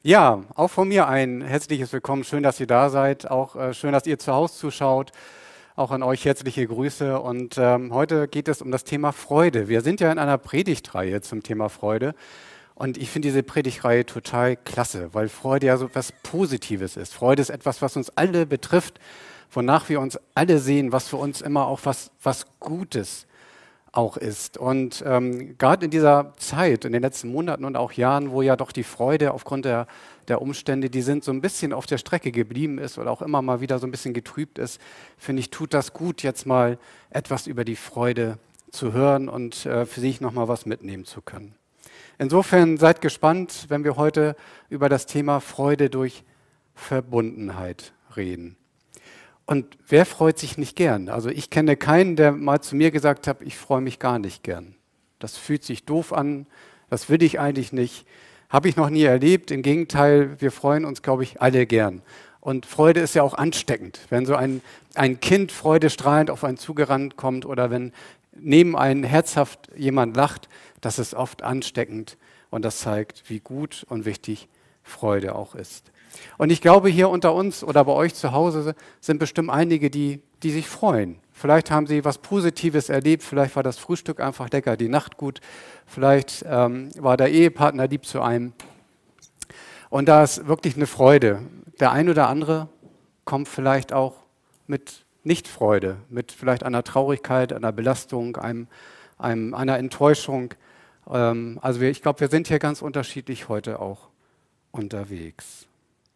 Ja, auch von mir ein herzliches Willkommen. Schön, dass ihr da seid. Auch schön, dass ihr zu Hause zuschaut. Auch an euch herzliche Grüße. Und heute geht es um das Thema Freude. Wir sind ja in einer Predigtreihe zum Thema Freude. Und ich finde diese Predigtreihe total klasse, weil Freude ja so etwas Positives ist. Freude ist etwas, was uns alle betrifft, wonach wir uns alle sehen, was für uns immer auch was Gutes auch ist. Und gerade in dieser Zeit, in den letzten Monaten und auch Jahren, wo ja doch die Freude aufgrund der Umstände, die sind so ein bisschen auf der Strecke geblieben ist oder auch immer mal wieder so ein bisschen getrübt ist, finde ich, tut das gut, jetzt mal etwas über die Freude zu hören und für sich nochmal was mitnehmen zu können. Insofern seid gespannt, wenn wir heute über das Thema Freude durch Verbundenheit reden. Und wer freut sich nicht gern? Also ich kenne keinen, der mal zu mir gesagt hat, ich freue mich gar nicht gern. Das fühlt sich doof an, das will ich eigentlich nicht. Habe ich noch nie erlebt. Im Gegenteil, wir freuen uns, glaube ich, alle gern. Und Freude ist ja auch ansteckend. Wenn so ein Kind freudestrahlend auf einen zugerannt kommt oder wenn neben einen herzhaft jemand lacht, das ist oft ansteckend und das zeigt, wie gut und wichtig Freude auch ist. Und ich glaube, hier unter uns oder bei euch zu Hause sind bestimmt einige, die sich freuen. Vielleicht haben sie was Positives erlebt, vielleicht war das Frühstück einfach lecker, die Nacht gut, vielleicht war der Ehepartner lieb zu einem. Und da ist wirklich eine Freude. Der ein oder andere kommt vielleicht auch mit Nichtfreude, mit vielleicht einer Traurigkeit, einer Belastung, einer Enttäuschung. Also ich glaube, wir sind hier ganz unterschiedlich heute auch unterwegs.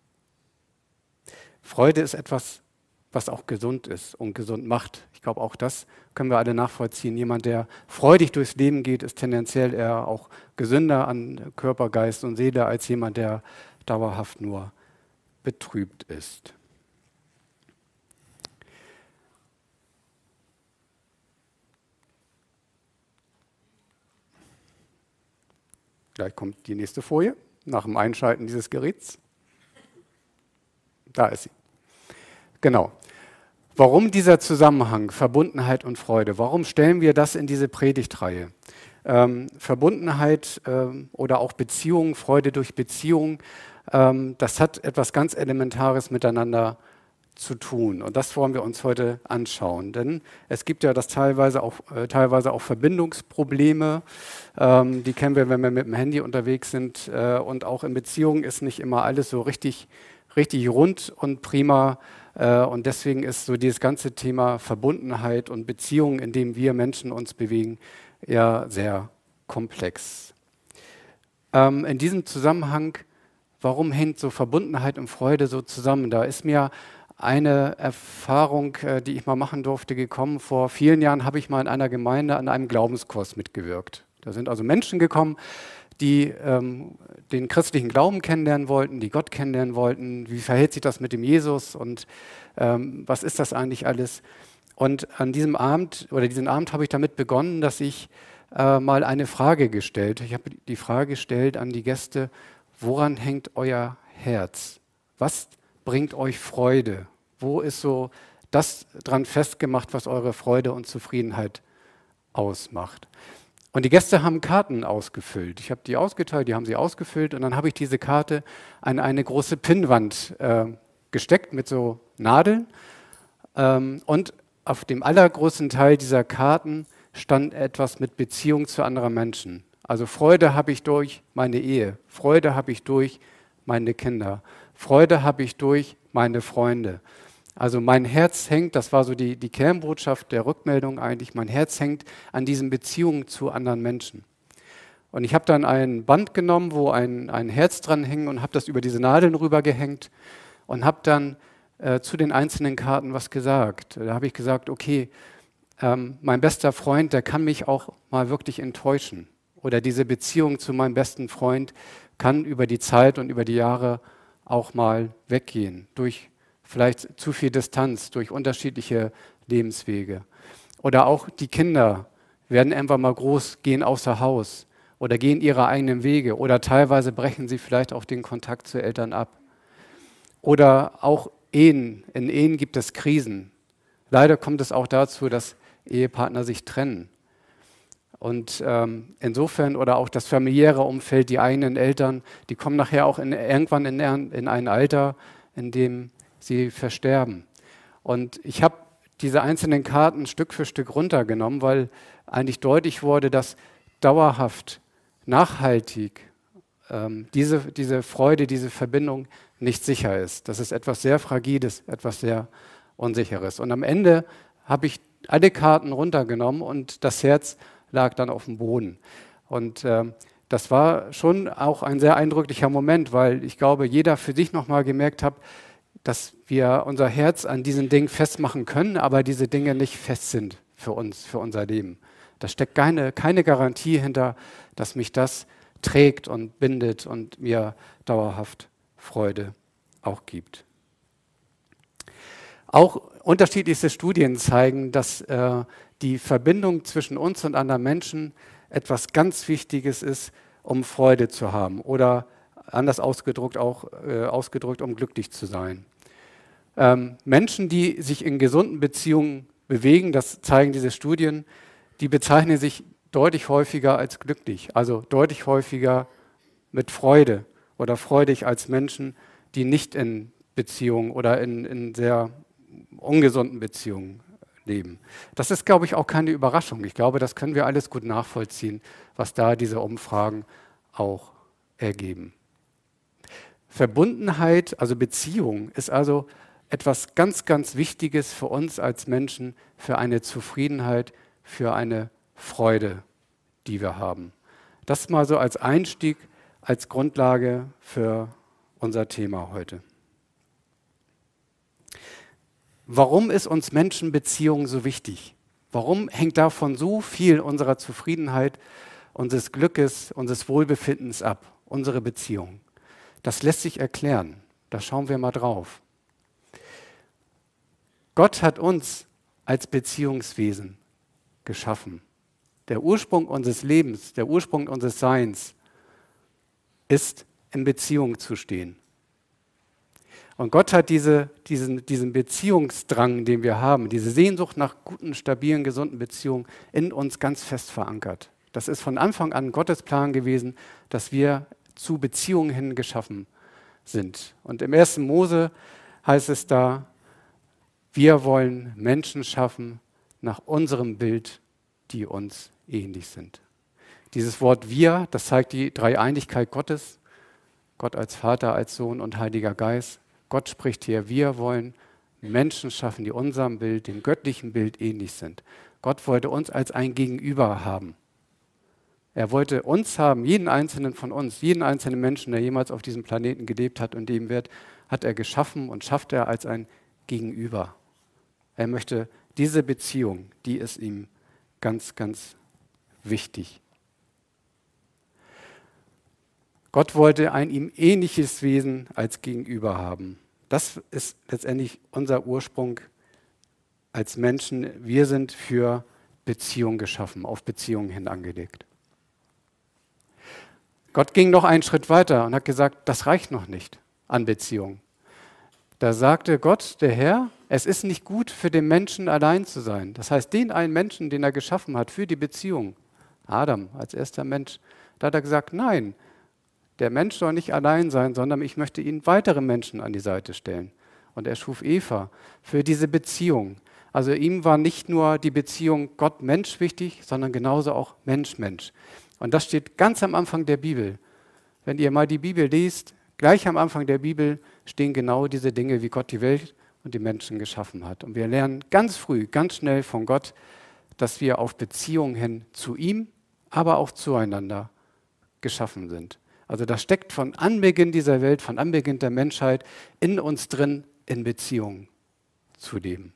Freude ist etwas, was auch gesund ist und gesund macht. Ich glaube, auch das können wir alle nachvollziehen. Jemand, der freudig durchs Leben geht, ist tendenziell eher auch gesünder an Körper, Geist und Seele als jemand, der dauerhaft nur betrübt ist. Gleich kommt die nächste Folie nach dem Einschalten dieses Geräts. Da ist sie. Genau. Warum dieser Zusammenhang, Verbundenheit und Freude? Warum stellen wir das in diese Predigtreihe? Verbundenheit oder auch Beziehung, Freude durch Beziehung, das hat etwas ganz Elementares miteinander zu tun. Und das wollen wir uns heute anschauen. Denn es gibt ja das teilweise auch Verbindungsprobleme. Die kennen wir, wenn wir mit dem Handy unterwegs sind. Und auch in Beziehungen ist nicht immer alles so richtig rund und prima. Und deswegen ist so dieses ganze Thema Verbundenheit und Beziehungen, in dem wir Menschen uns bewegen, ja sehr komplex. In diesem Zusammenhang, warum hängt so Verbundenheit und Freude so zusammen? Da ist mir eine Erfahrung, die ich mal machen durfte, gekommen. Vor vielen Jahren habe ich mal in einer Gemeinde an einem Glaubenskurs mitgewirkt. Da sind also Menschen gekommen, die den christlichen Glauben kennenlernen wollten, die Gott kennenlernen wollten. Wie verhält sich das mit dem Jesus und was ist das eigentlich alles? Und an diesem Abend oder diesen Abend habe ich damit begonnen, dass ich mal eine Frage gestellt. Ich habe die Frage gestellt an die Gäste: Woran hängt euer Herz? Was bringt euch Freude? Wo ist so das dran festgemacht, was eure Freude und Zufriedenheit ausmacht? Und die Gäste haben Karten ausgefüllt. Ich habe die ausgeteilt, die haben sie ausgefüllt und dann habe ich diese Karte an eine große Pinnwand gesteckt mit so Nadeln. Und auf dem allergrößten Teil dieser Karten stand etwas mit Beziehung zu anderen Menschen. Also Freude habe ich durch meine Ehe, Freude habe ich durch meine Kinder, Freude habe ich durch meine Freunde. Also mein Herz hängt, das war so die Kernbotschaft der Rückmeldung eigentlich, mein Herz hängt an diesen Beziehungen zu anderen Menschen. Und ich habe dann ein Band genommen, wo ein Herz dran hing und habe das über diese Nadeln rübergehängt und habe dann zu den einzelnen Karten was gesagt. Da habe ich gesagt, okay, mein bester Freund, der kann mich auch mal wirklich enttäuschen. Oder diese Beziehung zu meinem besten Freund kann über die Zeit und über die Jahre auch mal weggehen, durch vielleicht zu viel Distanz, durch unterschiedliche Lebenswege. Oder auch die Kinder werden irgendwann mal groß, gehen außer Haus oder gehen ihre eigenen Wege oder teilweise brechen sie vielleicht auch den Kontakt zu Eltern ab. Oder auch Ehen, in Ehen gibt es Krisen. Leider kommt es auch dazu, dass Ehepartner sich trennen. Und insofern, oder auch das familiäre Umfeld, die eigenen Eltern, die kommen nachher auch irgendwann in ein Alter, in dem sie versterben. Und ich habe diese einzelnen Karten Stück für Stück runtergenommen, weil eigentlich deutlich wurde, dass dauerhaft, nachhaltig diese Freude, diese Verbindung nicht sicher ist. Das ist etwas sehr Fragiles, etwas sehr Unsicheres. Und am Ende habe ich alle Karten runtergenommen und das Herz lag dann auf dem Boden. Und das war schon auch ein sehr eindrücklicher Moment, weil ich glaube, jeder für sich nochmal gemerkt hat, dass wir unser Herz an diesen Dingen festmachen können, aber diese Dinge nicht fest sind für uns, für unser Leben. Da steckt keine Garantie hinter, dass mich das trägt und bindet und mir dauerhaft Freude auch gibt. Auch unterschiedlichste Studien zeigen, dass die Verbindung zwischen uns und anderen Menschen etwas ganz Wichtiges ist, um Freude zu haben oder anders ausgedrückt um glücklich zu sein. Menschen, die sich in gesunden Beziehungen bewegen, das zeigen diese Studien, die bezeichnen sich deutlich häufiger als glücklich, also deutlich häufiger mit Freude oder freudig als Menschen, die nicht in Beziehungen oder in sehr ungesunden Beziehungen leben. Das ist, glaube ich, auch keine Überraschung. Ich glaube, das können wir alles gut nachvollziehen, was da diese Umfragen auch ergeben. Verbundenheit, also Beziehung, ist also etwas ganz, ganz Wichtiges für uns als Menschen, für eine Zufriedenheit, für eine Freude, die wir haben. Das mal so als Einstieg, als Grundlage für unser Thema heute. Warum ist uns Menschenbeziehung so wichtig? Warum hängt davon so viel unserer Zufriedenheit, unseres Glückes, unseres Wohlbefindens ab? Unsere Beziehung. Das lässt sich erklären. Da schauen wir mal drauf. Gott hat uns als Beziehungswesen geschaffen. Der Ursprung unseres Lebens, der Ursprung unseres Seins ist, in Beziehung zu stehen. Und Gott hat diesen Beziehungsdrang, den wir haben, diese Sehnsucht nach guten, stabilen, gesunden Beziehungen in uns ganz fest verankert. Das ist von Anfang an Gottes Plan gewesen, dass wir zu Beziehungen hin geschaffen sind. Und im 1. Mose heißt es da, wir wollen Menschen schaffen nach unserem Bild, die uns ähnlich sind. Dieses Wort wir, das zeigt die Dreieinigkeit Gottes, Gott als Vater, als Sohn und Heiliger Geist. Gott spricht hier, wir wollen Menschen schaffen, die unserem Bild, dem göttlichen Bild ähnlich sind. Gott wollte uns als ein Gegenüber haben. Er wollte uns haben, jeden einzelnen von uns, jeden einzelnen Menschen, der jemals auf diesem Planeten gelebt hat und leben wird, hat er geschaffen und schafft er als ein Gegenüber. Er möchte diese Beziehung, die ist ihm ganz, ganz wichtig. Gott wollte ein ihm ähnliches Wesen als Gegenüber haben. Das ist letztendlich unser Ursprung als Menschen. Wir sind für Beziehung geschaffen, auf Beziehungen hin angelegt. Gott ging noch einen Schritt weiter und hat gesagt, das reicht noch nicht an Beziehung. Da sagte Gott, der Herr, es ist nicht gut für den Menschen allein zu sein. Das heißt, den einen Menschen, den er geschaffen hat für die Beziehung, Adam als erster Mensch, da hat er gesagt, nein, der Mensch soll nicht allein sein, sondern ich möchte ihnen weitere Menschen an die Seite stellen. Und er schuf Eva für diese Beziehung. Also ihm war nicht nur die Beziehung Gott-Mensch wichtig, sondern genauso auch Mensch-Mensch. Und das steht ganz am Anfang der Bibel. Wenn ihr mal die Bibel liest, gleich am Anfang der Bibel stehen genau diese Dinge, wie Gott die Welt und die Menschen geschaffen hat. Und wir lernen ganz früh, ganz schnell von Gott, dass wir auf Beziehungen hin zu ihm, aber auch zueinander geschaffen sind. Also das steckt von Anbeginn dieser Welt, von Anbeginn der Menschheit in uns drin, in Beziehungen zu leben.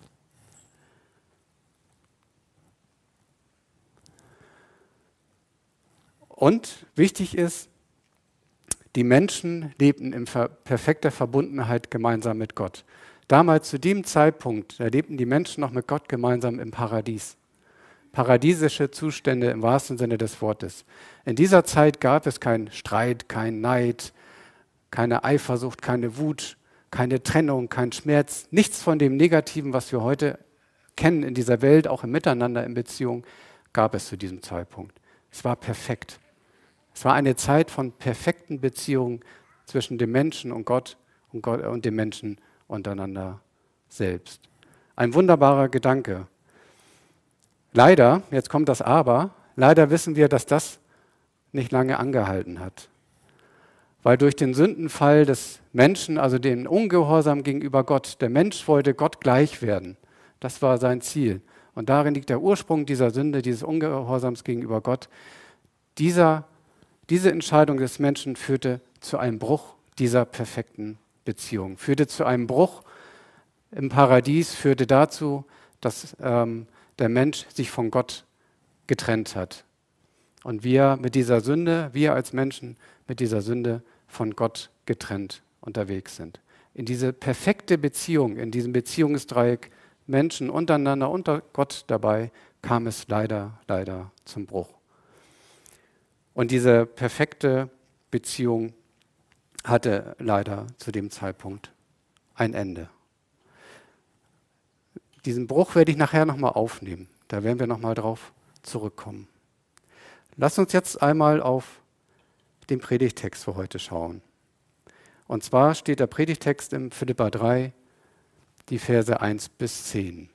Und wichtig ist, die Menschen lebten in perfekter Verbundenheit gemeinsam mit Gott. Damals zu dem Zeitpunkt, da lebten die Menschen noch mit Gott gemeinsam im Paradies. Paradiesische Zustände im wahrsten Sinne des Wortes. In dieser Zeit gab es keinen Streit, keinen Neid, keine Eifersucht, keine Wut, keine Trennung, kein Schmerz. Nichts von dem Negativen, was wir heute kennen in dieser Welt, auch im Miteinander, in Beziehung, gab es zu diesem Zeitpunkt. Es war perfekt. Es war eine Zeit von perfekten Beziehungen zwischen dem Menschen und Gott und dem Menschen untereinander selbst. Ein wunderbarer Gedanke. Leider, jetzt kommt das Aber, leider wissen wir, dass das nicht lange angehalten hat. Weil durch den Sündenfall des Menschen, also den Ungehorsam gegenüber Gott, der Mensch wollte Gott gleich werden. Das war sein Ziel. Und darin liegt der Ursprung dieser Sünde, dieses Ungehorsams gegenüber Gott. Diese Entscheidung des Menschen führte zu einem Bruch dieser perfekten Beziehung, führte zu einem Bruch im Paradies, führte dazu, dass der Mensch sich von Gott getrennt hat. Und wir als Menschen mit dieser Sünde von Gott getrennt unterwegs sind. In diese perfekte Beziehung, in diesem Beziehungsdreieck Menschen untereinander und Gott dabei, kam es leider zum Bruch. Und diese perfekte Beziehung hatte leider zu dem Zeitpunkt ein Ende. Diesen Bruch werde ich nachher nochmal aufnehmen. Da werden wir nochmal drauf zurückkommen. Lass uns jetzt einmal auf den Predigtext für heute schauen. Und zwar steht der Predigtext im Philipper 3, die Verse 1 bis 10.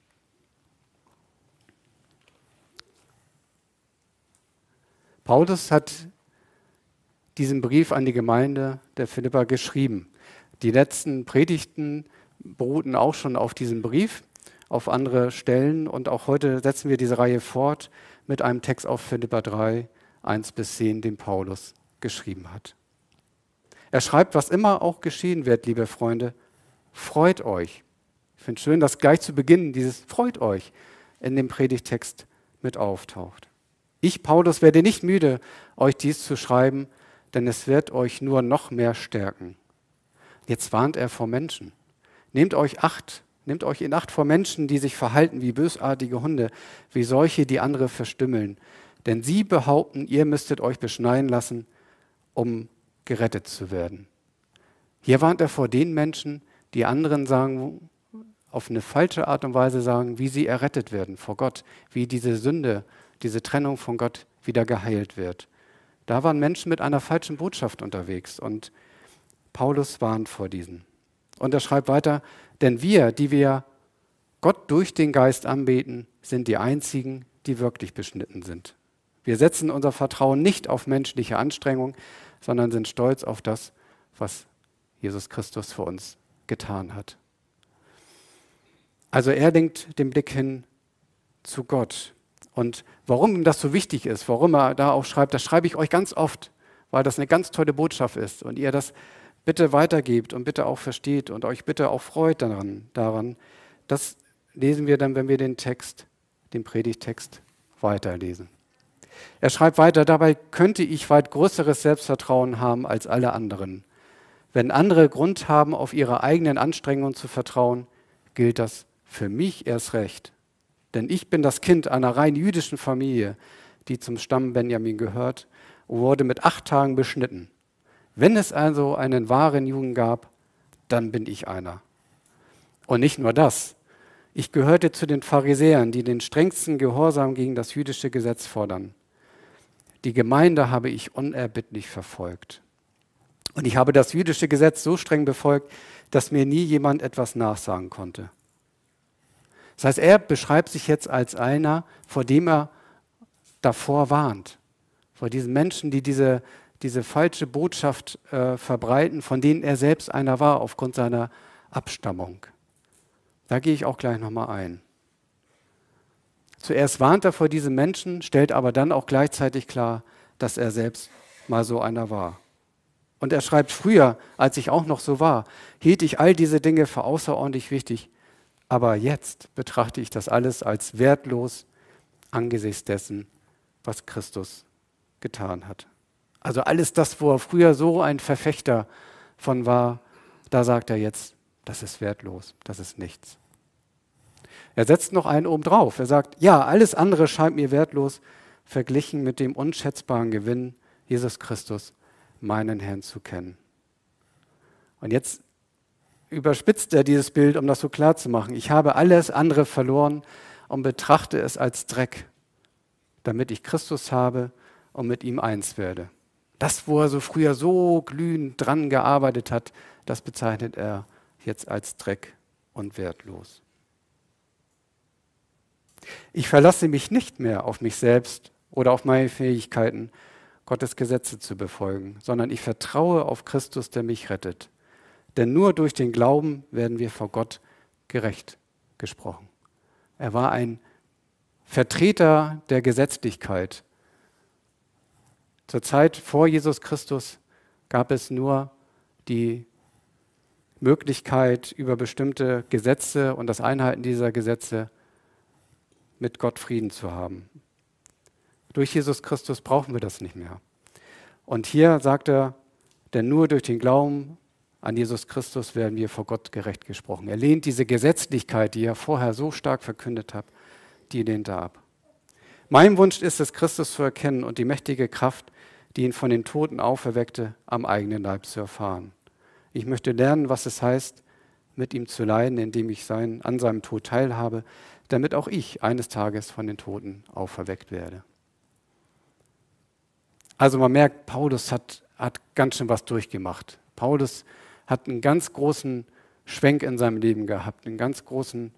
Paulus hat diesen Brief an die Gemeinde der Philipper geschrieben. Die letzten Predigten beruhten auch schon auf diesem Brief, auf andere Stellen. Und auch heute setzen wir diese Reihe fort mit einem Text auf Philipper 3, 1 bis 10, den Paulus geschrieben hat. Er schreibt, was immer auch geschehen wird, liebe Freunde, freut euch. Ich finde es schön, dass gleich zu Beginn dieses freut euch in dem Predigtext mit auftaucht. Ich, Paulus, werde nicht müde, euch dies zu schreiben, denn es wird euch nur noch mehr stärken. Jetzt warnt er vor Menschen. Nehmt euch in Acht vor Menschen, die sich verhalten wie bösartige Hunde, wie solche, die andere verstümmeln. Denn sie behaupten, ihr müsstet euch beschneiden lassen, um gerettet zu werden. Hier warnt er vor den Menschen, die anderen sagen, auf eine falsche Art und Weise sagen, wie sie errettet werden vor Gott, wie diese Sünde, diese Trennung von Gott wieder geheilt wird. Da waren Menschen mit einer falschen Botschaft unterwegs und Paulus warnt vor diesen. Und er schreibt weiter, denn wir, die wir Gott durch den Geist anbeten, sind die einzigen, die wirklich beschnitten sind. Wir setzen unser Vertrauen nicht auf menschliche Anstrengung, sondern sind stolz auf das, was Jesus Christus für uns getan hat. Also er lenkt den Blick hin zu Gott. Und warum ihm das so wichtig ist, warum er da auch schreibt, das schreibe ich euch ganz oft, weil das eine ganz tolle Botschaft ist und ihr das bitte weitergebt und bitte auch versteht und euch bitte auch freut daran. Das lesen wir dann, wenn wir den Predigtext weiterlesen. Er schreibt weiter, dabei könnte ich weit größeres Selbstvertrauen haben als alle anderen. Wenn andere Grund haben, auf ihre eigenen Anstrengungen zu vertrauen, gilt das für mich erst recht. Denn ich bin das Kind einer rein jüdischen Familie, die zum Stamm Benjamin gehört, und wurde mit 8 Tagen beschnitten. Wenn es also einen wahren Juden gab, dann bin ich einer. Und nicht nur das. Ich gehörte zu den Pharisäern, die den strengsten Gehorsam gegen das jüdische Gesetz fordern. Die Gemeinde habe ich unerbittlich verfolgt. Und ich habe das jüdische Gesetz so streng befolgt, dass mir nie jemand etwas nachsagen konnte. Das heißt, er beschreibt sich jetzt als einer, vor dem er davor warnt. Vor diesen Menschen, die diese falsche Botschaft verbreiten, von denen er selbst einer war, aufgrund seiner Abstammung. Da gehe ich auch gleich nochmal ein. Zuerst warnt er vor diesen Menschen, stellt aber dann auch gleichzeitig klar, dass er selbst mal so einer war. Und er schreibt, früher, als ich auch noch so war, hielt ich all diese Dinge für außerordentlich wichtig, aber jetzt betrachte ich das alles als wertlos angesichts dessen, was Christus getan hat. Also alles das, wo er früher so ein Verfechter von war, da sagt er jetzt, das ist wertlos, das ist nichts. Er setzt noch einen oben drauf. Er sagt, ja, alles andere scheint mir wertlos, verglichen mit dem unschätzbaren Gewinn, Jesus Christus, meinen Herrn zu kennen. Und jetzt überspitzt er dieses Bild, um das so klar zu machen. Ich habe alles andere verloren und betrachte es als Dreck, damit ich Christus habe und mit ihm eins werde. Das, wo er so früher so glühend dran gearbeitet hat, das bezeichnet er jetzt als Dreck und wertlos. Ich verlasse mich nicht mehr auf mich selbst oder auf meine Fähigkeiten, Gottes Gesetze zu befolgen, sondern ich vertraue auf Christus, der mich rettet. Denn nur durch den Glauben werden wir vor Gott gerecht gesprochen. Er war ein Vertreter der Gesetzlichkeit. Zur Zeit vor Jesus Christus gab es nur die Möglichkeit, über bestimmte Gesetze und das Einhalten dieser Gesetze mit Gott Frieden zu haben. Durch Jesus Christus brauchen wir das nicht mehr. Und hier sagt er, denn nur durch den Glauben an Jesus Christus werden wir vor Gott gerecht gesprochen. Er lehnt diese Gesetzlichkeit, die er vorher so stark verkündet hat, die lehnt er ab. Mein Wunsch ist es, Christus zu erkennen und die mächtige Kraft, die ihn von den Toten auferweckte, am eigenen Leib zu erfahren. Ich möchte lernen, was es heißt, mit ihm zu leiden, indem ich an seinem Tod teilhabe, damit auch ich eines Tages von den Toten auferweckt werde. Also man merkt, Paulus hat ganz schön was durchgemacht. Paulus hat einen ganz großen Schwenk in seinem Leben gehabt, einen ganz großen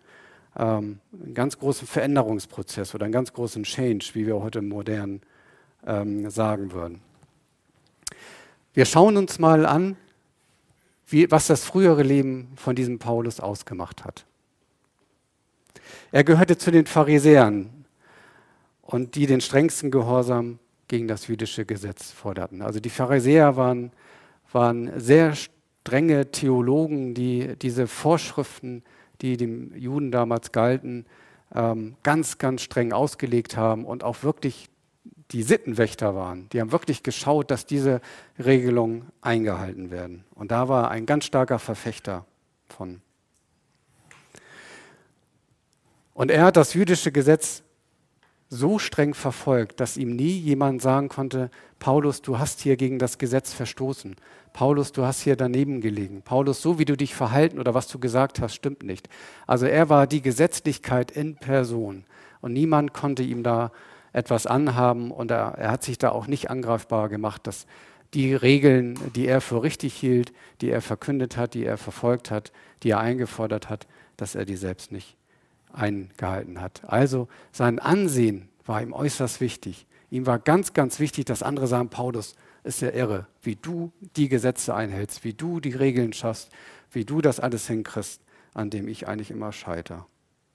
Veränderungsprozess oder einen ganz großen Change, wie wir heute modern sagen würden. Wir schauen uns mal an, was das frühere Leben von diesem Paulus ausgemacht hat. Er gehörte zu den Pharisäern und die den strengsten Gehorsam gegen das jüdische Gesetz forderten. Also die Pharisäer waren sehr strenge Theologen, die diese Vorschriften, die dem Juden damals galten, ganz, ganz streng ausgelegt haben und auch wirklich die Sittenwächter waren. Die haben wirklich geschaut, dass diese Regelungen eingehalten werden. Und da war ein ganz starker Verfechter von. Und er hat das jüdische Gesetz so streng verfolgt, dass ihm nie jemand sagen konnte, Paulus, du hast hier gegen das Gesetz verstoßen. Paulus, du hast hier daneben gelegen. Paulus, so wie du dich verhalten oder was du gesagt hast, stimmt nicht. Also er war die Gesetzlichkeit in Person und niemand konnte ihm da etwas anhaben und er hat sich da auch nicht angreifbar gemacht, dass die Regeln, die er für richtig hielt, die er verkündet hat, die er verfolgt hat, die er eingefordert hat, dass er die selbst nicht eingehalten hat. Also sein Ansehen war ihm äußerst wichtig. Ihm war ganz, ganz wichtig, dass andere sagen, Paulus ist ja irre, wie du die Gesetze einhältst, wie du die Regeln schaffst, wie du das alles hinkriegst, an dem ich eigentlich immer scheitere.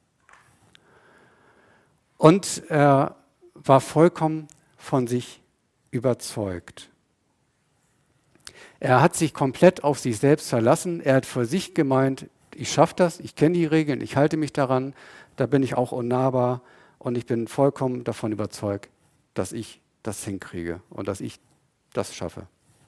Und er war vollkommen von sich überzeugt. Er hat sich komplett auf sich selbst verlassen. Er hat für sich gemeint, ich schaffe das, ich kenne die Regeln, ich halte mich daran, da bin ich auch unnahbar und ich bin vollkommen davon überzeugt, dass ich das hinkriege und dass ich das schaffe.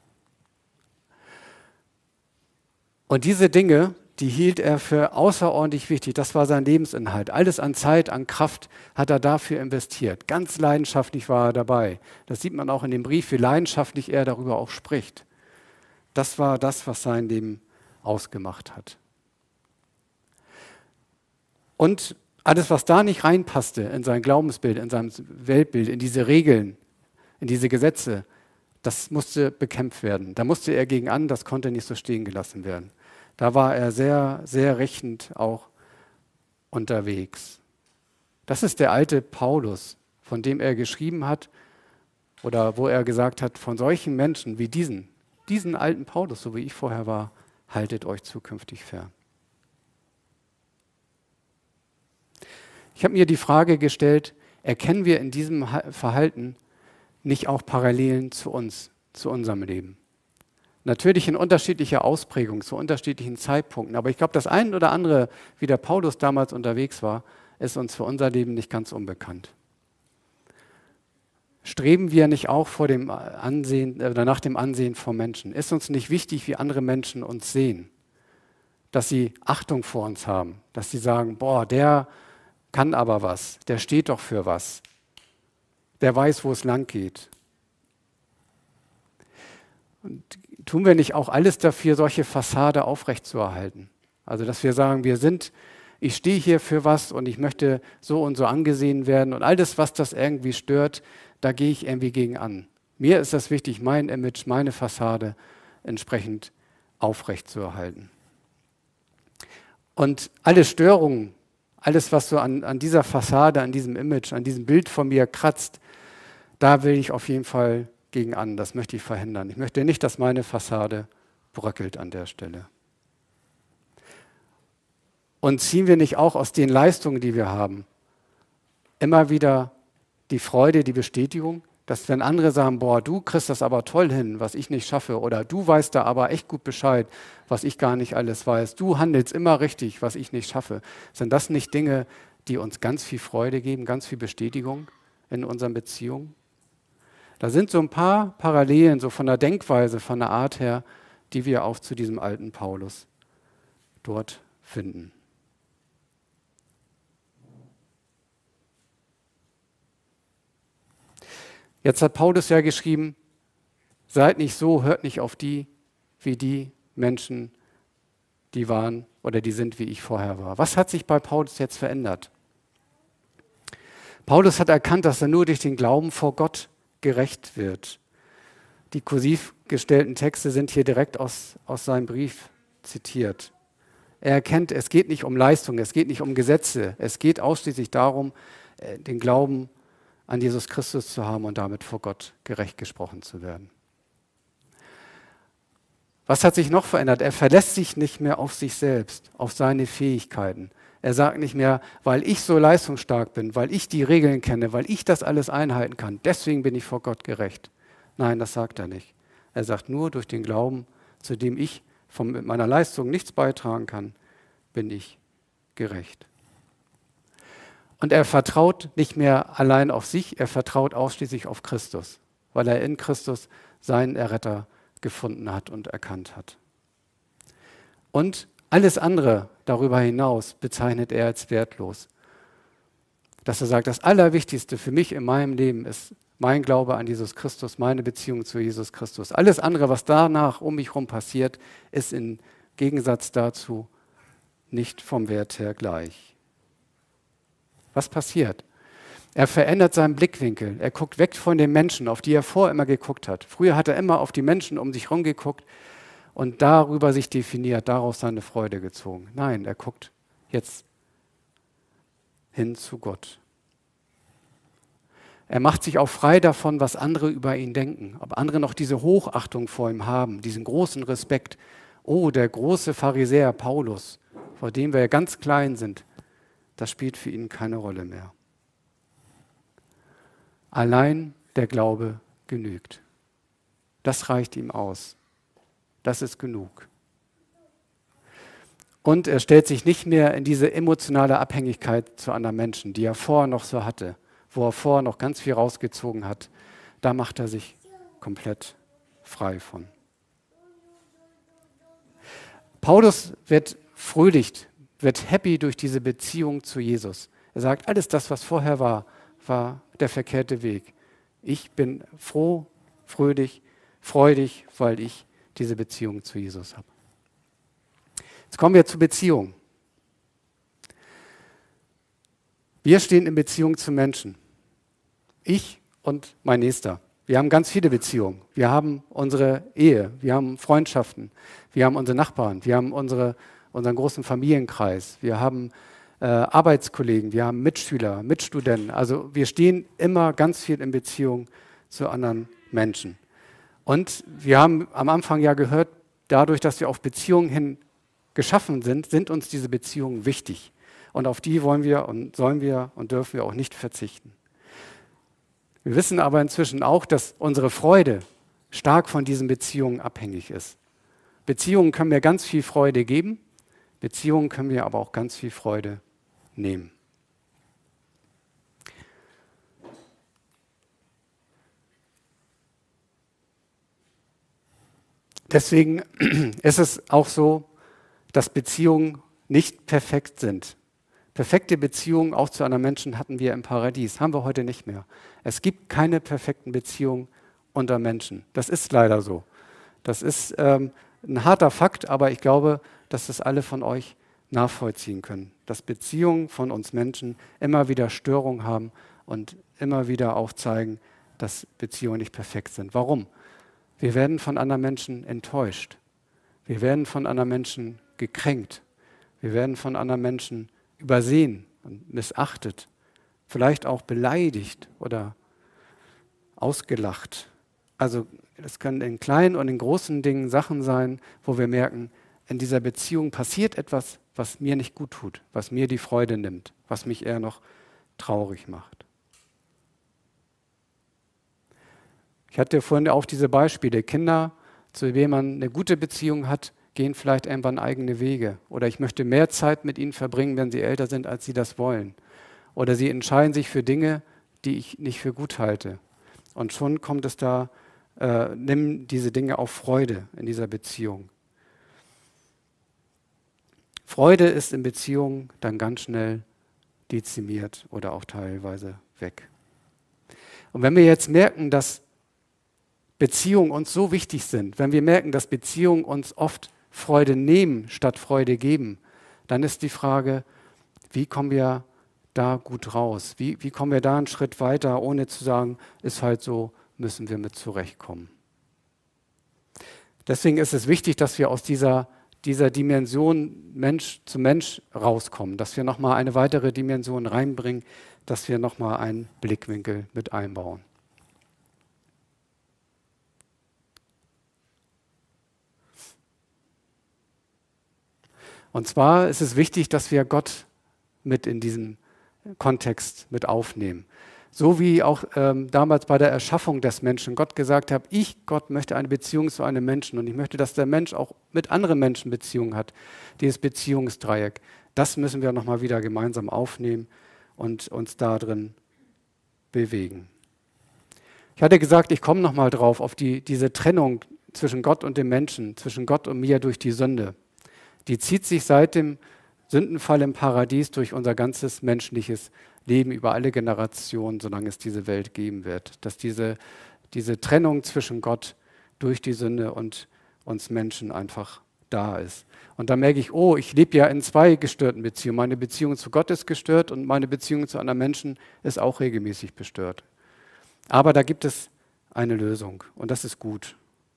Und diese Dinge, die hielt er für außerordentlich wichtig. Das war sein Lebensinhalt. Alles an Zeit, an Kraft hat er dafür investiert. Ganz leidenschaftlich war er dabei. Das sieht man auch in dem Brief, wie leidenschaftlich er darüber auch spricht. Das war das, was sein Leben ausgemacht hat. Und alles, was da nicht reinpasste in sein Glaubensbild, in sein Weltbild, in diese Regeln, in diese Gesetze, das musste bekämpft werden. Da musste er gegen an, das konnte nicht so stehen gelassen werden. Da war er sehr, sehr rächend auch unterwegs. Das ist der alte Paulus, von dem er geschrieben hat oder wo er gesagt hat, von solchen Menschen wie diesen alten Paulus, so wie ich vorher war, haltet euch zukünftig fern. Ich habe mir die Frage gestellt, erkennen wir in diesem Verhalten nicht auch Parallelen zu uns, zu unserem Leben? Natürlich in unterschiedlicher Ausprägung, zu unterschiedlichen Zeitpunkten. Aber ich glaube, das eine oder andere, wie der Paulus damals unterwegs war, ist uns für unser Leben nicht ganz unbekannt. Streben wir nicht auch vor dem Ansehen oder nach dem Ansehen von Menschen? Ist uns nicht wichtig, wie andere Menschen uns sehen? Dass sie Achtung vor uns haben, dass sie sagen, boah, der kann aber was, der steht doch für was, der weiß, wo es lang geht. Und tun wir nicht auch alles dafür, solche Fassade aufrechtzuerhalten? Also, dass wir sagen, wir sind ich stehe hier für was und ich möchte so und so angesehen werden und all das, was das irgendwie stört, da gehe ich irgendwie gegen an. Mir ist das wichtig, mein Image, meine Fassade entsprechend aufrechtzuerhalten. Und alle Störungen, alles, was so an dieser Fassade, an diesem Image, an diesem Bild von mir kratzt, da will ich auf jeden Fall gegen an. Das möchte ich verhindern. Ich möchte nicht, dass meine Fassade bröckelt an der Stelle. Und ziehen wir nicht auch aus den Leistungen, die wir haben, immer wieder die Freude, die Bestätigung, dass wenn andere sagen, boah, du kriegst das aber toll hin, was ich nicht schaffe, oder du weißt da aber echt gut Bescheid, was ich gar nicht alles weiß, du handelst immer richtig, was ich nicht schaffe. Sind das nicht Dinge, die uns ganz viel Freude geben, ganz viel Bestätigung in unseren Beziehungen? Da sind so ein paar Parallelen, so von der Denkweise, von der Art her, die wir auch zu diesem alten Paulus dort finden. Jetzt hat Paulus ja geschrieben, seid nicht so, hört nicht auf die, wie die Menschen, die waren oder die sind, wie ich vorher war. Was hat sich bei Paulus jetzt verändert? Paulus hat erkannt, dass er nur durch den Glauben vor Gott gerecht wird. Die kursiv gestellten Texte sind hier direkt aus seinem Brief zitiert. Er erkennt, es geht nicht um Leistung, es geht nicht um Gesetze, es geht ausschließlich darum, den Glauben an Jesus Christus zu haben und damit vor Gott gerecht gesprochen zu werden. Was hat sich noch verändert? Er verlässt sich nicht mehr auf sich selbst, auf seine Fähigkeiten. Er sagt nicht mehr, weil ich so leistungsstark bin, weil ich die Regeln kenne, weil ich das alles einhalten kann, deswegen bin ich vor Gott gerecht. Nein, das sagt er nicht. Er sagt nur, durch den Glauben, zu dem ich mit meiner Leistung nichts beitragen kann, bin ich gerecht. Und er vertraut nicht mehr allein auf sich, er vertraut ausschließlich auf Christus, weil er in Christus seinen Erretter gefunden hat und erkannt hat. Und alles andere darüber hinaus bezeichnet er als wertlos. Dass er sagt, das Allerwichtigste für mich in meinem Leben ist mein Glaube an Jesus Christus, meine Beziehung zu Jesus Christus. Alles andere, was danach um mich herum passiert, ist im Gegensatz dazu nicht vom Wert her gleich. Was passiert? Er verändert seinen Blickwinkel. Er guckt weg von den Menschen, auf die er vorher immer geguckt hat. Früher hat er immer auf die Menschen um sich herum geguckt und darüber sich definiert, daraus seine Freude gezogen. Nein, er guckt jetzt hin zu Gott. Er macht sich auch frei davon, was andere über ihn denken. Ob andere noch diese Hochachtung vor ihm haben, diesen großen Respekt. Oh, der große Pharisäer Paulus, vor dem wir ja ganz klein sind, das spielt für ihn keine Rolle mehr. Allein der Glaube genügt. Das reicht ihm aus. Das ist genug. Und er stellt sich nicht mehr in diese emotionale Abhängigkeit zu anderen Menschen, die er vorher noch so hatte, wo er vorher noch ganz viel rausgezogen hat. Da macht er sich komplett frei von. Paulus wird fröhlich, wird happy durch diese Beziehung zu Jesus. Er sagt, alles das, was vorher war, war der verkehrte Weg. Ich bin froh, fröhlich, freudig, weil ich diese Beziehung zu Jesus habe. Jetzt kommen wir zur Beziehung. Wir stehen in Beziehung zu Menschen. Ich und mein Nächster. Wir haben ganz viele Beziehungen. Wir haben unsere Ehe, wir haben Freundschaften, wir haben unsere Nachbarn, wir haben unseren großen Familienkreis, wir haben Arbeitskollegen, wir haben Mitschüler, Mitstudenten. Also wir stehen immer ganz viel in Beziehung zu anderen Menschen. Und wir haben am Anfang ja gehört, dadurch, dass wir auf Beziehungen hin geschaffen sind, sind uns diese Beziehungen wichtig. Und auf die wollen wir und sollen wir und dürfen wir auch nicht verzichten. Wir wissen aber inzwischen auch, dass unsere Freude stark von diesen Beziehungen abhängig ist. Beziehungen können mir ganz viel Freude geben, Beziehungen können mir aber auch ganz viel Freude nehmen. Deswegen ist es auch so, dass Beziehungen nicht perfekt sind. Perfekte Beziehungen auch zu anderen Menschen hatten wir im Paradies, haben wir heute nicht mehr. Es gibt keine perfekten Beziehungen unter Menschen. Das ist leider so. Das ist ein harter Fakt, aber ich glaube, dass das alle von euch nachvollziehen können, dass Beziehungen von uns Menschen immer wieder Störungen haben und immer wieder auch zeigen, dass Beziehungen nicht perfekt sind. Warum? Wir werden von anderen Menschen enttäuscht. Wir werden von anderen Menschen gekränkt. Wir werden von anderen Menschen übersehen und missachtet, vielleicht auch beleidigt oder ausgelacht. Also es können in kleinen und in großen Dingen Sachen sein, wo wir merken, in dieser Beziehung passiert etwas, was mir nicht gut tut, was mir die Freude nimmt, was mich eher noch traurig macht. Ich hatte vorhin auch diese Beispiele. Kinder, zu denen man eine gute Beziehung hat, gehen vielleicht irgendwann eigene Wege. Oder ich möchte mehr Zeit mit ihnen verbringen, wenn sie älter sind, als sie das wollen. Oder sie entscheiden sich für Dinge, die ich nicht für gut halte. Und schon kommt es da, nimm diese Dinge auf Freude in dieser Beziehung. Freude ist in Beziehungen dann ganz schnell dezimiert oder auch teilweise weg. Und wenn wir jetzt merken, dass Beziehungen uns so wichtig sind, wenn wir merken, dass Beziehungen uns oft Freude nehmen statt Freude geben, dann ist die Frage, wie kommen wir da gut raus? Wie kommen wir da einen Schritt weiter, ohne zu sagen, ist halt so, müssen wir mit zurechtkommen. Deswegen ist es wichtig, dass wir aus dieser Dimension Mensch zu Mensch rauskommen, dass wir nochmal eine weitere Dimension reinbringen, dass wir nochmal einen Blickwinkel mit einbauen. Und zwar ist es wichtig, dass wir Gott mit in diesen Kontext mit aufnehmen. So wie auch damals bei der Erschaffung des Menschen Gott gesagt hat, ich, Gott, möchte eine Beziehung zu einem Menschen und ich möchte, dass der Mensch auch mit anderen Menschen Beziehungen hat. Dieses Beziehungsdreieck, das müssen wir nochmal wieder gemeinsam aufnehmen und uns da drin bewegen. Ich hatte gesagt, ich komme nochmal drauf, auf diese Trennung zwischen Gott und dem Menschen, zwischen Gott und mir durch die Sünde. Die zieht sich seit dem Sündenfall im Paradies durch unser ganzes menschliches Leben über alle Generationen, solange es diese Welt geben wird. Dass diese Trennung zwischen Gott durch die Sünde und uns Menschen einfach da ist. Und da merke ich, oh, ich lebe ja in zwei gestörten Beziehungen. Meine Beziehung zu Gott ist gestört und meine Beziehung zu anderen Menschen ist auch regelmäßig gestört. Aber da gibt es eine Lösung und das ist gut.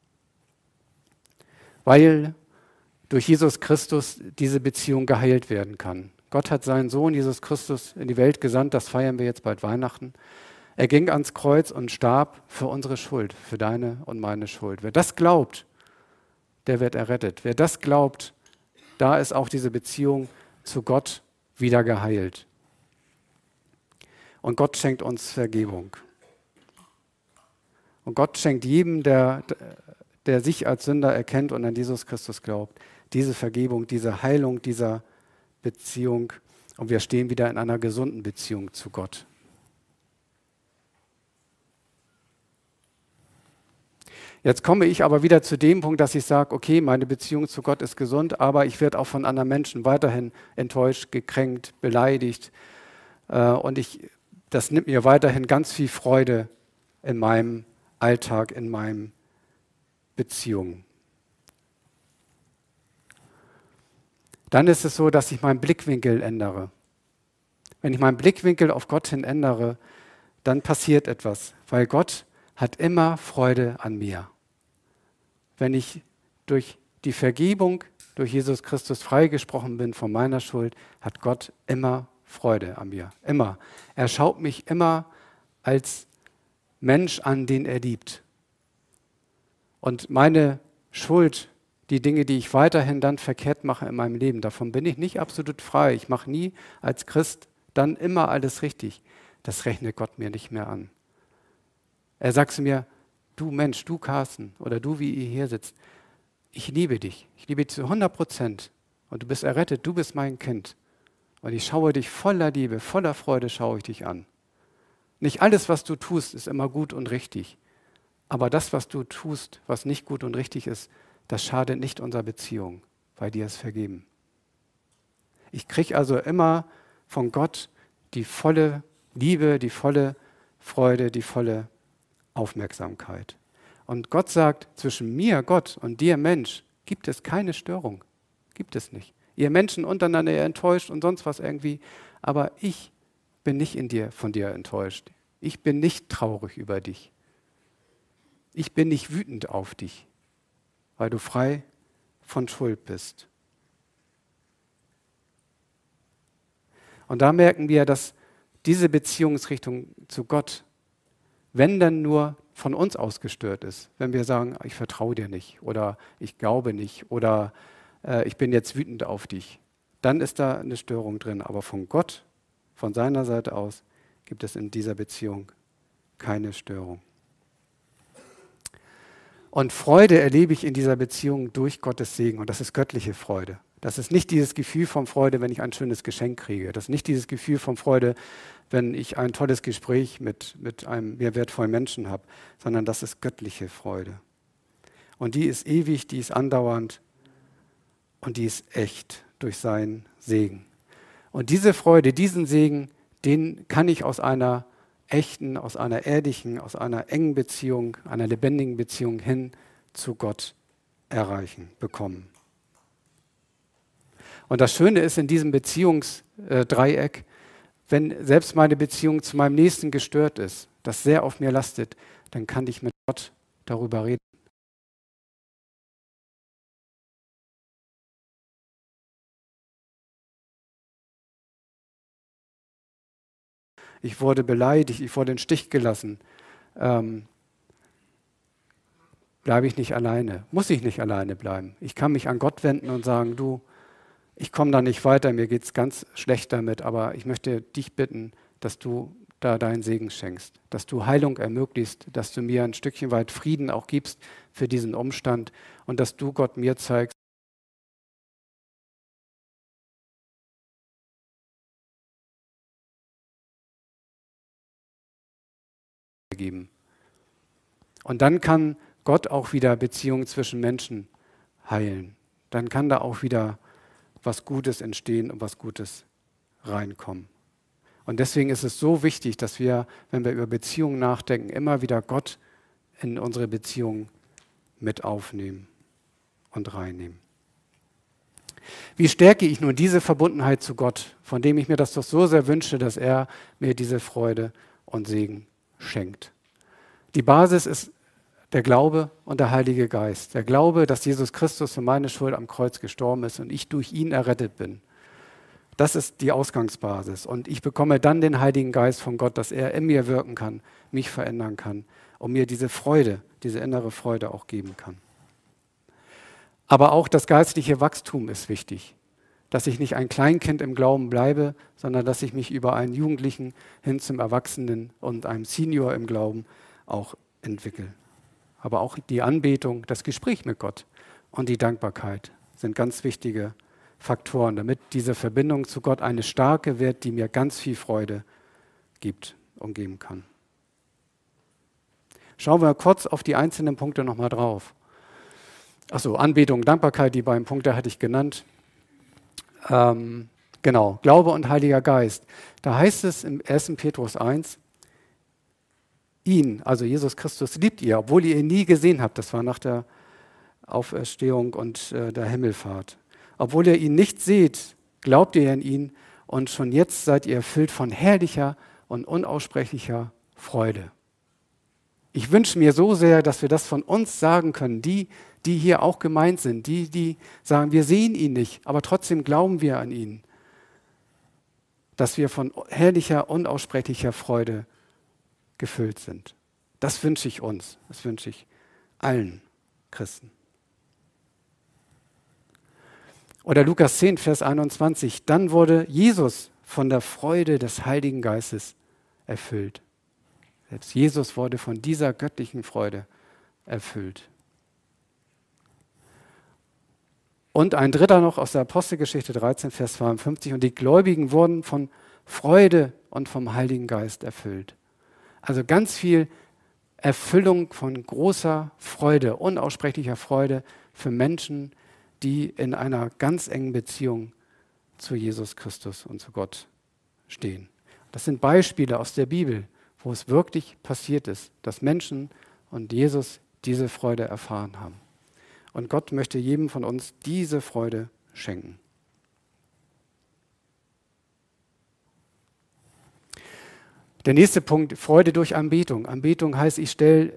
Weil durch Jesus Christus diese Beziehung geheilt werden kann. Gott hat seinen Sohn Jesus Christus in die Welt gesandt, das feiern wir jetzt bald Weihnachten. Er ging ans Kreuz und starb für unsere Schuld, für deine und meine Schuld. Wer das glaubt, der wird errettet. Wer das glaubt, da ist auch diese Beziehung zu Gott wieder geheilt. Und Gott schenkt uns Vergebung. Und Gott schenkt jedem, der sich als Sünder erkennt und an Jesus Christus glaubt, diese Vergebung, diese Heilung dieser Beziehung und wir stehen wieder in einer gesunden Beziehung zu Gott. Jetzt komme ich aber wieder zu dem Punkt, dass ich sage, okay, meine Beziehung zu Gott ist gesund, aber ich werde auch von anderen Menschen weiterhin enttäuscht, gekränkt, beleidigt und das nimmt mir weiterhin ganz viel Freude in meinem Alltag, in meinen Beziehungen. Dann ist es so, dass ich meinen Blickwinkel ändere. Wenn ich meinen Blickwinkel auf Gott hin ändere, dann passiert etwas, weil Gott hat immer Freude an mir. Wenn ich durch die Vergebung durch Jesus Christus freigesprochen bin von meiner Schuld, hat Gott immer Freude an mir. Immer. Er schaut mich immer als Mensch an, den er liebt. Und meine Schuld, die Dinge, die ich weiterhin dann verkehrt mache in meinem Leben, davon bin ich nicht absolut frei. Ich mache nie als Christ dann immer alles richtig. Das rechnet Gott mir nicht mehr an. Er sagt zu mir, du Mensch, du Carsten oder du, wie ihr hier sitzt, ich liebe dich. Ich liebe dich zu 100% und du bist errettet, du bist mein Kind. Und ich schaue dich voller Liebe, voller Freude schaue ich dich an. Nicht alles, was du tust, ist immer gut und richtig. Aber das, was du tust, was nicht gut und richtig ist, das schadet nicht unserer Beziehung, weil dir ist vergeben. Ich kriege also immer von Gott die volle Liebe, die volle Freude, die volle Aufmerksamkeit. Und Gott sagt, zwischen mir, Gott und dir, Mensch, gibt es keine Störung. Gibt es nicht. Ihr Menschen untereinander, ihr enttäuscht und sonst was irgendwie. Aber ich bin nicht von dir enttäuscht. Ich bin nicht traurig über dich. Ich bin nicht wütend auf dich, weil du frei von Schuld bist. Und da merken wir, dass diese Beziehungsrichtung zu Gott, wenn dann nur von uns aus gestört ist, wenn wir sagen, ich vertraue dir nicht oder ich glaube nicht oder ich bin jetzt wütend auf dich, dann ist da eine Störung drin. Aber von Gott, von seiner Seite aus, gibt es in dieser Beziehung keine Störung. Und Freude erlebe ich in dieser Beziehung durch Gottes Segen und das ist göttliche Freude. Das ist nicht dieses Gefühl von Freude, wenn ich ein schönes Geschenk kriege. Das ist nicht dieses Gefühl von Freude, wenn ich ein tolles Gespräch mit einem mir wertvollen Menschen habe, sondern das ist göttliche Freude. Und die ist ewig, die ist andauernd und die ist echt durch seinen Segen. Und diese Freude, diesen Segen, den kann ich aus einer echten, aus einer ehrlichen, aus einer engen Beziehung, einer lebendigen Beziehung hin zu Gott erreichen, bekommen. Und das Schöne ist in diesem Beziehungsdreieck, wenn selbst meine Beziehung zu meinem Nächsten gestört ist, das sehr auf mir lastet, dann kann ich mit Gott darüber reden. Ich wurde beleidigt, ich wurde in den Stich gelassen. Bleibe ich nicht alleine? Muss ich nicht alleine bleiben? Ich kann mich an Gott wenden und sagen, du, ich komme da nicht weiter, mir geht es ganz schlecht damit, aber ich möchte dich bitten, dass du da deinen Segen schenkst, dass du Heilung ermöglichst, dass du mir ein Stückchen weit Frieden auch gibst für diesen Umstand und dass du Gott mir zeigst, geben. Und dann kann Gott auch wieder Beziehungen zwischen Menschen heilen. Dann kann da auch wieder was Gutes entstehen und was Gutes reinkommen. Und deswegen ist es so wichtig, dass wir, wenn wir über Beziehungen nachdenken, immer wieder Gott in unsere Beziehungen mit aufnehmen und reinnehmen. Wie stärke ich nun diese Verbundenheit zu Gott, von dem ich mir das doch so sehr wünsche, dass er mir diese Freude und Segen schenkt? Die Basis ist der Glaube und der Heilige Geist. Der Glaube, dass Jesus Christus für meine Schuld am Kreuz gestorben ist und ich durch ihn errettet bin. Das ist die Ausgangsbasis. Und ich bekomme dann den Heiligen Geist von Gott, dass er in mir wirken kann, mich verändern kann und mir diese Freude, diese innere Freude auch geben kann. Aber auch das geistliche Wachstum ist wichtig. Dass ich nicht ein Kleinkind im Glauben bleibe, sondern dass ich mich über einen Jugendlichen hin zum Erwachsenen und einem Senior im Glauben auch entwickle. Aber auch die Anbetung, das Gespräch mit Gott und die Dankbarkeit sind ganz wichtige Faktoren, damit diese Verbindung zu Gott eine starke wird, die mir ganz viel Freude gibt und geben kann. Schauen wir kurz auf die einzelnen Punkte nochmal drauf. Achso, Anbetung, Dankbarkeit, die beiden Punkte hatte ich genannt. Genau, Glaube und Heiliger Geist. Da heißt es im 1. Petrus 1, ihn, also Jesus Christus, liebt ihr, obwohl ihr ihn nie gesehen habt. Das war nach der Auferstehung und der Himmelfahrt. Obwohl ihr ihn nicht seht, glaubt ihr an ihn und schon jetzt seid ihr erfüllt von herrlicher und unaussprechlicher Freude. Ich wünsche mir so sehr, dass wir das von uns sagen können, die hier auch gemeint sind, die sagen, wir sehen ihn nicht, aber trotzdem glauben wir an ihn, dass wir von herrlicher, unaussprechlicher Freude gefüllt sind. Das wünsche ich uns, das wünsche ich allen Christen. Oder Lukas 10, Vers 21, dann wurde Jesus von der Freude des Heiligen Geistes erfüllt. Selbst Jesus wurde von dieser göttlichen Freude erfüllt. Und ein dritter noch aus der Apostelgeschichte 13, Vers 52, und die Gläubigen wurden von Freude und vom Heiligen Geist erfüllt. Also ganz viel Erfüllung von großer Freude, unaussprechlicher Freude für Menschen, die in einer ganz engen Beziehung zu Jesus Christus und zu Gott stehen. Das sind Beispiele aus der Bibel, wo es wirklich passiert ist, dass Menschen und Jesus diese Freude erfahren haben. Und Gott möchte jedem von uns diese Freude schenken. Der nächste Punkt, Freude durch Anbetung. Anbetung heißt, ich stelle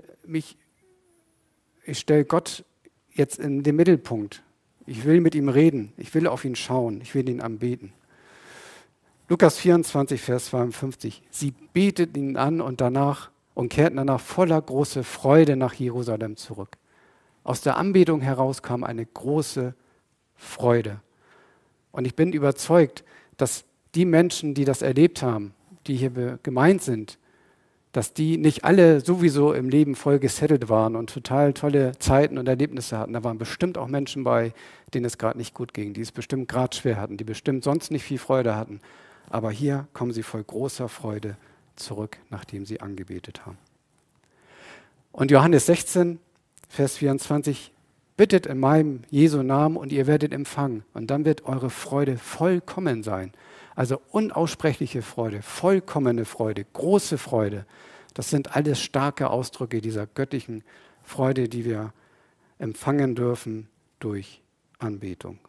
Gott jetzt in den Mittelpunkt. Ich will mit ihm reden, ich will auf ihn schauen, ich will ihn anbeten. Lukas 24, Vers 52. Sie beteten ihn an und kehrten danach voller großer Freude nach Jerusalem zurück. Aus der Anbetung heraus kam eine große Freude. Und ich bin überzeugt, dass die Menschen, die das erlebt haben, die hier gemeint sind, dass die nicht alle sowieso im Leben voll gesettelt waren und total tolle Zeiten und Erlebnisse hatten. Da waren bestimmt auch Menschen bei, denen es gerade nicht gut ging, die es bestimmt gerade schwer hatten, die bestimmt sonst nicht viel Freude hatten. Aber hier kommen sie voll großer Freude zurück, nachdem sie angebetet haben. Und Johannes 16, Vers 24, bittet in meinem Jesu Namen und ihr werdet empfangen. Und dann wird eure Freude vollkommen sein. Also unaussprechliche Freude, vollkommene Freude, große Freude. Das sind alles starke Ausdrücke dieser göttlichen Freude, die wir empfangen dürfen durch Anbetung.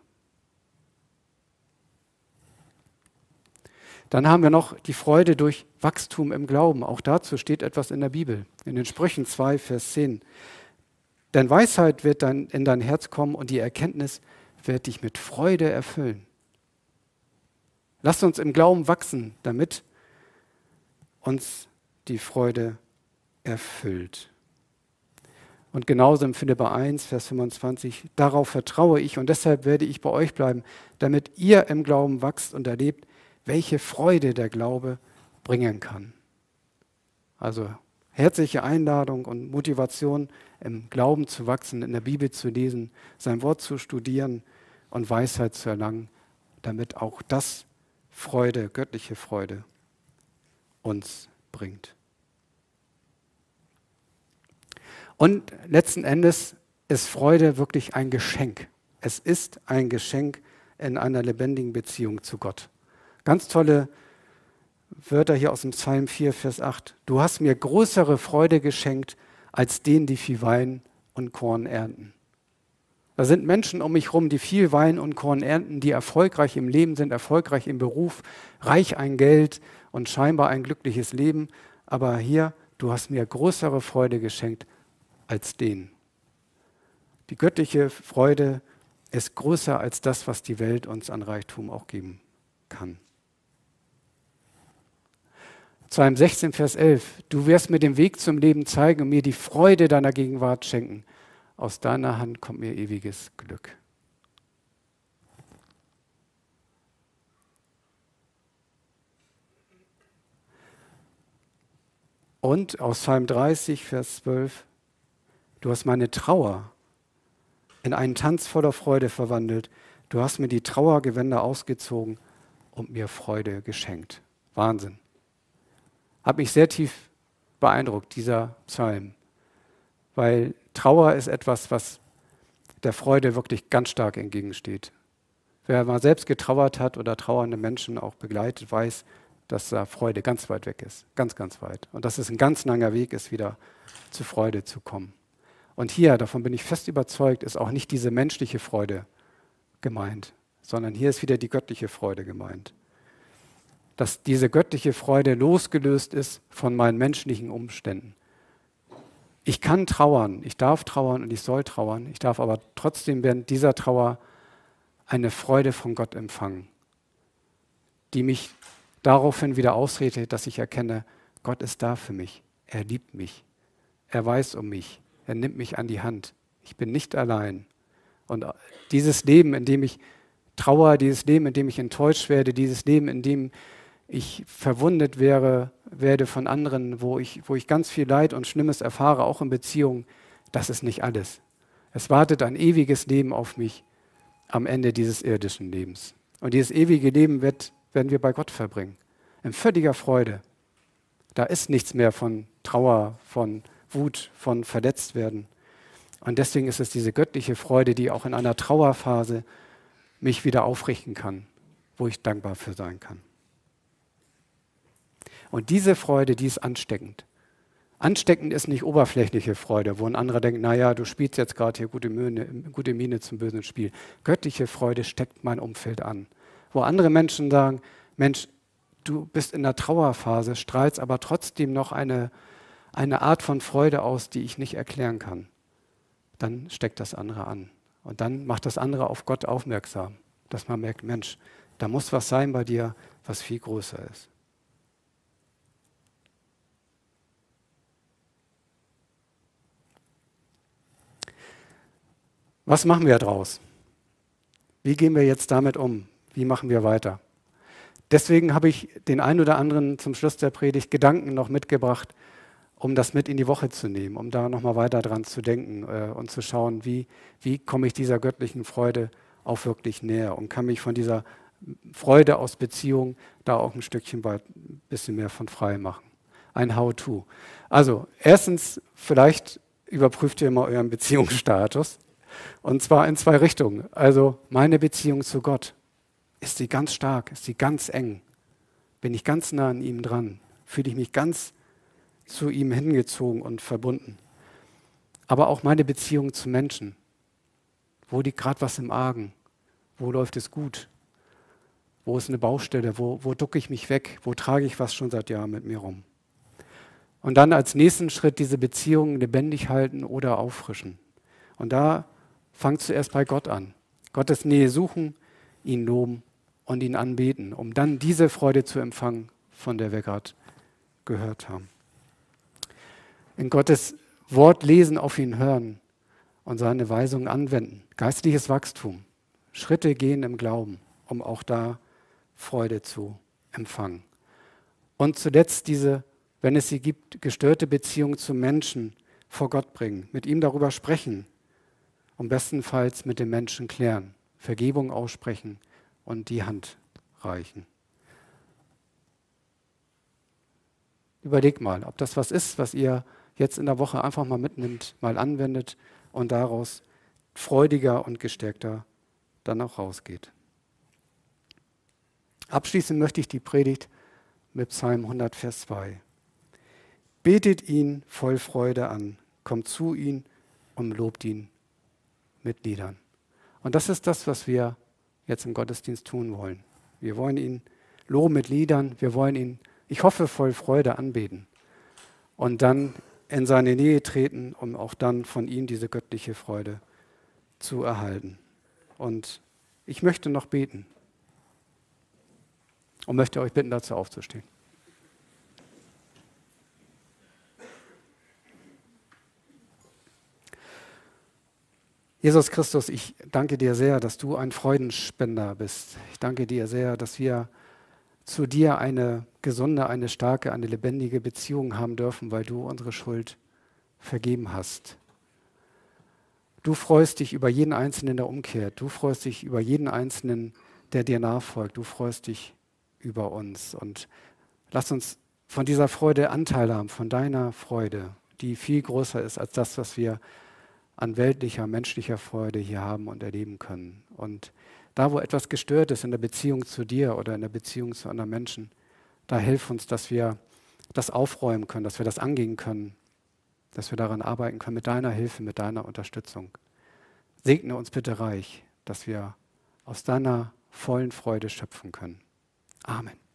Dann haben wir noch die Freude durch Wachstum im Glauben. Auch dazu steht etwas in der Bibel. In den Sprüchen 2, Vers 10. Denn Weisheit wird dann in dein Herz kommen und die Erkenntnis wird dich mit Freude erfüllen. Lasst uns im Glauben wachsen, damit uns die Freude erfüllt. Und genauso im Philipper 1, Vers 25, darauf vertraue ich und deshalb werde ich bei euch bleiben, damit ihr im Glauben wachst und erlebt, welche Freude der Glaube bringen kann. Also herzliche Einladung und Motivation, im Glauben zu wachsen, in der Bibel zu lesen, sein Wort zu studieren und Weisheit zu erlangen, damit auch das Freude, göttliche Freude uns bringt. Und letzten Endes ist Freude wirklich ein Geschenk. Es ist ein Geschenk in einer lebendigen Beziehung zu Gott. Ganz tolle Wörter hier aus dem Psalm 4, Vers 8. Du hast mir größere Freude geschenkt, als denen, die viel Wein und Korn ernten. Da sind Menschen um mich herum, die viel Wein und Korn ernten, die erfolgreich im Leben sind, erfolgreich im Beruf, reich an Geld und scheinbar ein glückliches Leben. Aber hier, du hast mir größere Freude geschenkt als denen. Die göttliche Freude ist größer als das, was die Welt uns an Reichtum auch geben kann. Psalm 16, Vers 11. Du wirst mir den Weg zum Leben zeigen und mir die Freude deiner Gegenwart schenken. Aus deiner Hand kommt mir ewiges Glück. Und aus Psalm 30, Vers 12. Du hast meine Trauer in einen Tanz voller Freude verwandelt. Du hast mir die Trauergewänder ausgezogen und mir Freude geschenkt. Wahnsinn. Hat mich sehr tief beeindruckt, dieser Psalm. Weil Trauer ist etwas, was der Freude wirklich ganz stark entgegensteht. Wer mal selbst getrauert hat oder trauernde Menschen auch begleitet, weiß, dass da Freude ganz weit weg ist. Ganz, ganz weit. Und dass es ein ganz langer Weg ist, wieder zu Freude zu kommen. Und hier, davon bin ich fest überzeugt, ist auch nicht diese menschliche Freude gemeint, sondern hier ist wieder die göttliche Freude gemeint. Dass diese göttliche Freude losgelöst ist von meinen menschlichen Umständen. Ich kann trauern, ich darf trauern und ich soll trauern. Ich darf aber trotzdem während dieser Trauer eine Freude von Gott empfangen, die mich daraufhin wieder ausrichtet, dass ich erkenne, Gott ist da für mich. Er liebt mich. Er weiß um mich. Er nimmt mich an die Hand. Ich bin nicht allein. Und dieses Leben, in dem ich trauere, dieses Leben, in dem ich enttäuscht werde, dieses Leben, in dem ich verwundet werde von anderen, wo ich ganz viel Leid und Schlimmes erfahre, auch in Beziehungen, das ist nicht alles. Es wartet ein ewiges Leben auf mich am Ende dieses irdischen Lebens. Und dieses ewige Leben werden wir bei Gott verbringen. In völliger Freude. Da ist nichts mehr von Trauer, von Wut, von Verletztwerden. Und deswegen ist es diese göttliche Freude, die auch in einer Trauerphase mich wieder aufrichten kann, wo ich dankbar für sein kann. Und diese Freude, die ist ansteckend. Ansteckend ist nicht oberflächliche Freude, wo ein anderer denkt, naja, du spielst jetzt gerade hier gute Miene zum bösen Spiel. Göttliche Freude steckt mein Umfeld an. Wo andere Menschen sagen, Mensch, du bist in der Trauerphase, strahlst aber trotzdem noch eine Art von Freude aus, die ich nicht erklären kann. Dann steckt das andere an. Und dann macht das andere auf Gott aufmerksam, dass man merkt, Mensch, da muss was sein bei dir, was viel größer ist. Was machen wir daraus? Wie gehen wir jetzt damit um? Wie machen wir weiter? Deswegen habe ich den einen oder anderen zum Schluss der Predigt Gedanken noch mitgebracht, um das mit in die Woche zu nehmen, um da nochmal weiter dran zu denken und zu schauen, wie komme ich dieser göttlichen Freude auch wirklich näher und kann mich von dieser Freude aus Beziehung da auch ein Stückchen weit ein bisschen mehr von frei machen. Ein How-to. Also erstens, vielleicht überprüft ihr mal euren Beziehungsstatus und zwar in 2 Richtungen. Also meine Beziehung zu Gott, ist sie ganz stark, ist sie ganz eng? Bin ich ganz nah an ihm dran? Fühle ich mich ganz zu ihm hingezogen und verbunden? Aber auch meine Beziehung zu Menschen. Wo liegt gerade was im Argen? Wo läuft es gut? Wo ist eine Baustelle? Wo ducke ich mich weg? Wo trage ich was schon seit Jahren mit mir rum? Und dann als nächsten Schritt diese Beziehung lebendig halten oder auffrischen. Und da fangt zuerst bei Gott an. Gottes Nähe suchen, ihn loben und ihn anbeten, um dann diese Freude zu empfangen, von der wir gerade gehört haben. In Gottes Wort lesen, auf ihn hören und seine Weisungen anwenden. Geistliches Wachstum, Schritte gehen im Glauben, um auch da Freude zu empfangen. Und zuletzt diese, wenn es sie gibt, gestörte Beziehung zu Menschen vor Gott bringen, mit ihm darüber sprechen und bestenfalls mit dem Menschen klären, Vergebung aussprechen und die Hand reichen. Überleg mal, ob das was ist, was ihr jetzt in der Woche einfach mal mitnimmt, mal anwendet und daraus freudiger und gestärkter dann auch rausgeht. Abschließen möchte ich die Predigt mit Psalm 100, Vers 2. Betet ihn voll Freude an, kommt zu ihm und lobt ihn mit Liedern. Und das ist das, was wir jetzt im Gottesdienst tun wollen. Wir wollen ihn loben mit Liedern, wir wollen ihn, ich hoffe, voll Freude anbeten und dann in seine Nähe treten, um auch dann von ihm diese göttliche Freude zu erhalten. Und ich möchte noch beten und möchte euch bitten, dazu aufzustehen. Jesus Christus, ich danke dir sehr, dass du ein Freudenspender bist. Ich danke dir sehr, dass wir zu dir eine gesunde, eine starke, eine lebendige Beziehung haben dürfen, weil du unsere Schuld vergeben hast. Du freust dich über jeden Einzelnen, der umkehrt. Du freust dich über jeden Einzelnen, der dir nachfolgt. Du freust dich über uns. Und lass uns von dieser Freude Anteil haben, von deiner Freude, die viel größer ist als das, was wir an weltlicher, menschlicher Freude hier haben und erleben können. Und da, wo etwas gestört ist in der Beziehung zu dir oder in der Beziehung zu anderen Menschen, da hilf uns, dass wir das aufräumen können, dass wir das angehen können, dass wir daran arbeiten können mit deiner Hilfe, mit deiner Unterstützung. Segne uns bitte reich, dass wir aus deiner vollen Freude schöpfen können. Amen.